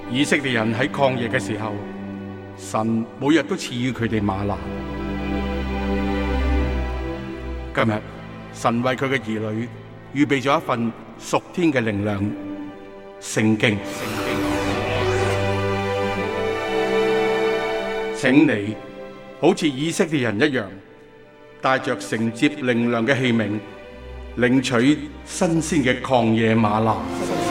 以色列人喺曠野嘅時候，神每日都賜予佢哋嗎哪。今日神為佢嘅兒女預備咗一份屬天嘅靈糧——聖經。請你好似以色列人一樣，帶着承接靈糧嘅器皿，領取新鮮嘅曠野嗎哪。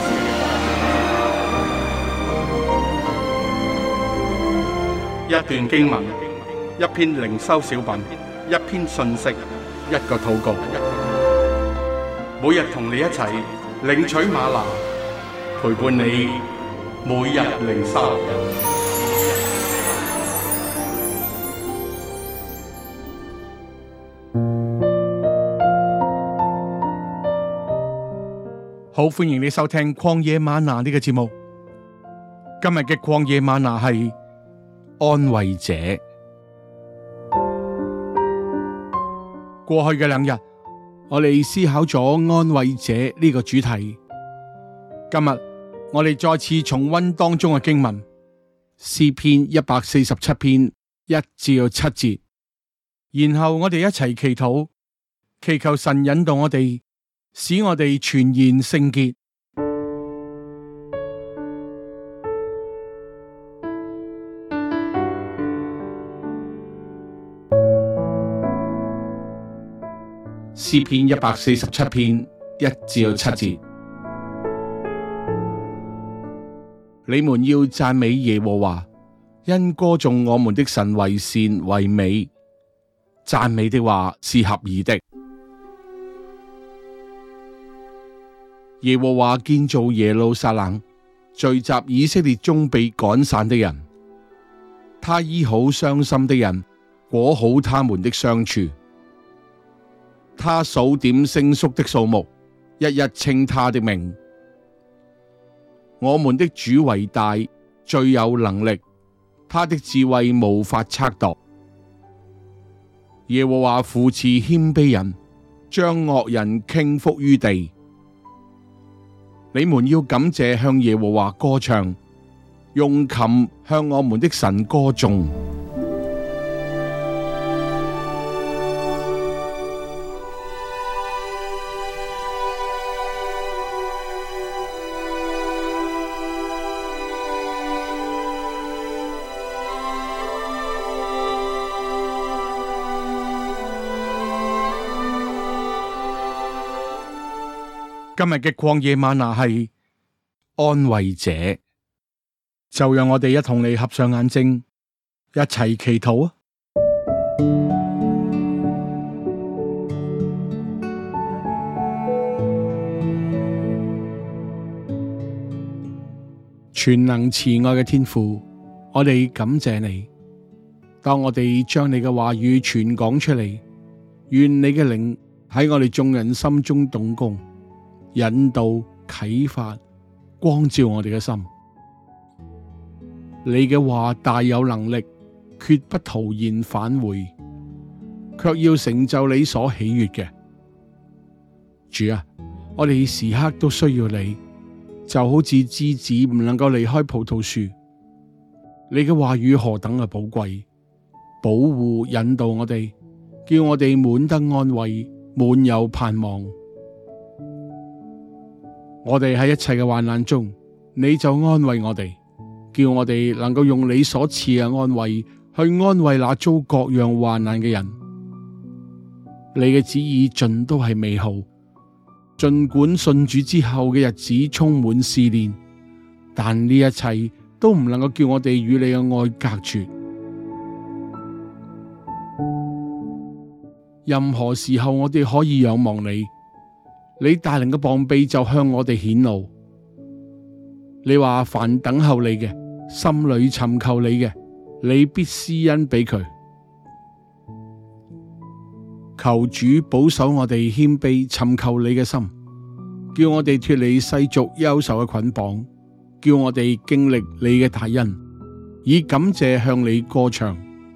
一段經文，一篇靈修小品，一篇信息，一個禱告。每日同你一齊領取嗎哪，陪伴你每日靈修。好，歡迎你收聽曠野嗎哪呢個節目。今日嘅曠野嗎哪係安慰者。過去嘅2日，我哋思考咗安慰者呢個主題。今日我哋再次重溫當中嘅經文，詩篇147篇1至7節，然後我哋一齊祈禱，祈求神引導我哋，使我哋全然聖潔。詩篇147篇1至7節，你們要讚美耶和華，因歌頌我們的神為善為美，讚美的話是合宜的。耶和華建造耶路撒冷，聚集以色列中被趕散的人，他醫好傷心的人，裹好他們的傷處。他數點星宿的數目，一一稱他的名。我們的主為大，最有能力，他的智慧無法測度。耶和華扶持謙卑人，將惡人傾覆於地。你們要感謝向耶和華歌唱，用琴向我們的神歌頌。今日嘅曠野嗎哪係安慰者，就讓我哋一同嚟合上眼睛，一齊祈禱啊！全能慈愛嘅天父，我哋感謝你。當我哋將你嘅話語傳講出嚟，願你嘅靈喺我哋眾人心中動工，引導、啟發、光照我哋嘅心。你嘅話大有能力，決不徒然返回，卻要成就你所喜悅嘅。主啊，我哋時刻都需要你，就好似枝子唔能夠離開葡萄樹。你嘅話語何等嘅寶貴，保護引導我哋，叫我哋滿得安慰，滿有盼望。我哋喺一切嘅患難中，你就安慰我哋，叫我哋能夠用你所賜嘅安慰去安慰那遭各樣患難嘅人。你嘅旨意盡都係美好，盡管信主之後嘅日子充滿試煉，但呢一切都唔能夠叫我哋與你嘅愛隔絕。任何時候我哋可以仰望你，你大能嘅膀臂就向我哋顯露。你話凡等候你嘅，心裏尋求你嘅，你必施恩俾佢。求主保守我哋謙卑尋求你嘅心，叫我哋脫離世俗憂愁嘅捆綁，叫我哋經歷你嘅大恩，以感謝向你歌唱。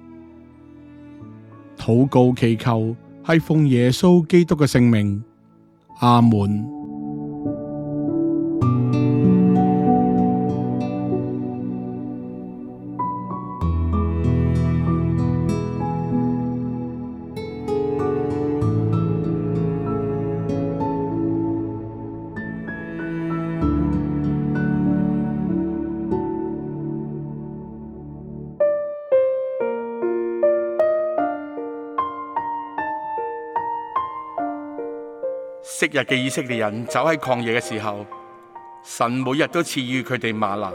禱告祈求係奉耶穌基督嘅聖名，阿門。 昔日嘅以色列人走喺曠野嘅時候，神每日都賜予佢哋嗎哪。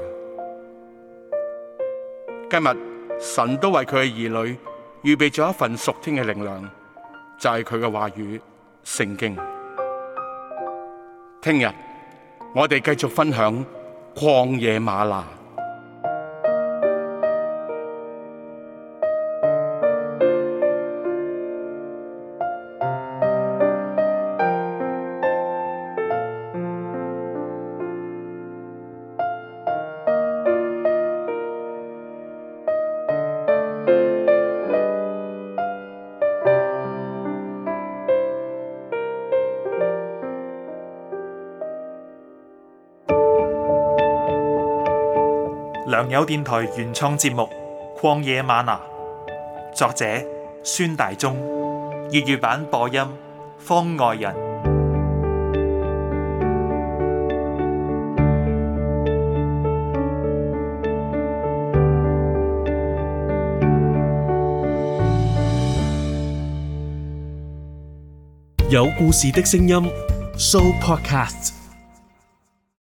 今日神都為佢嘅兒女預備咗一份屬天嘅靈糧，就係佢嘅話語聖經。聽日我哋繼續分享曠野嗎哪。 良友電台原創節目《曠野嗎哪》，作者孫大中，粵語版播音方外人， 有故事的聲音 Show Podcast。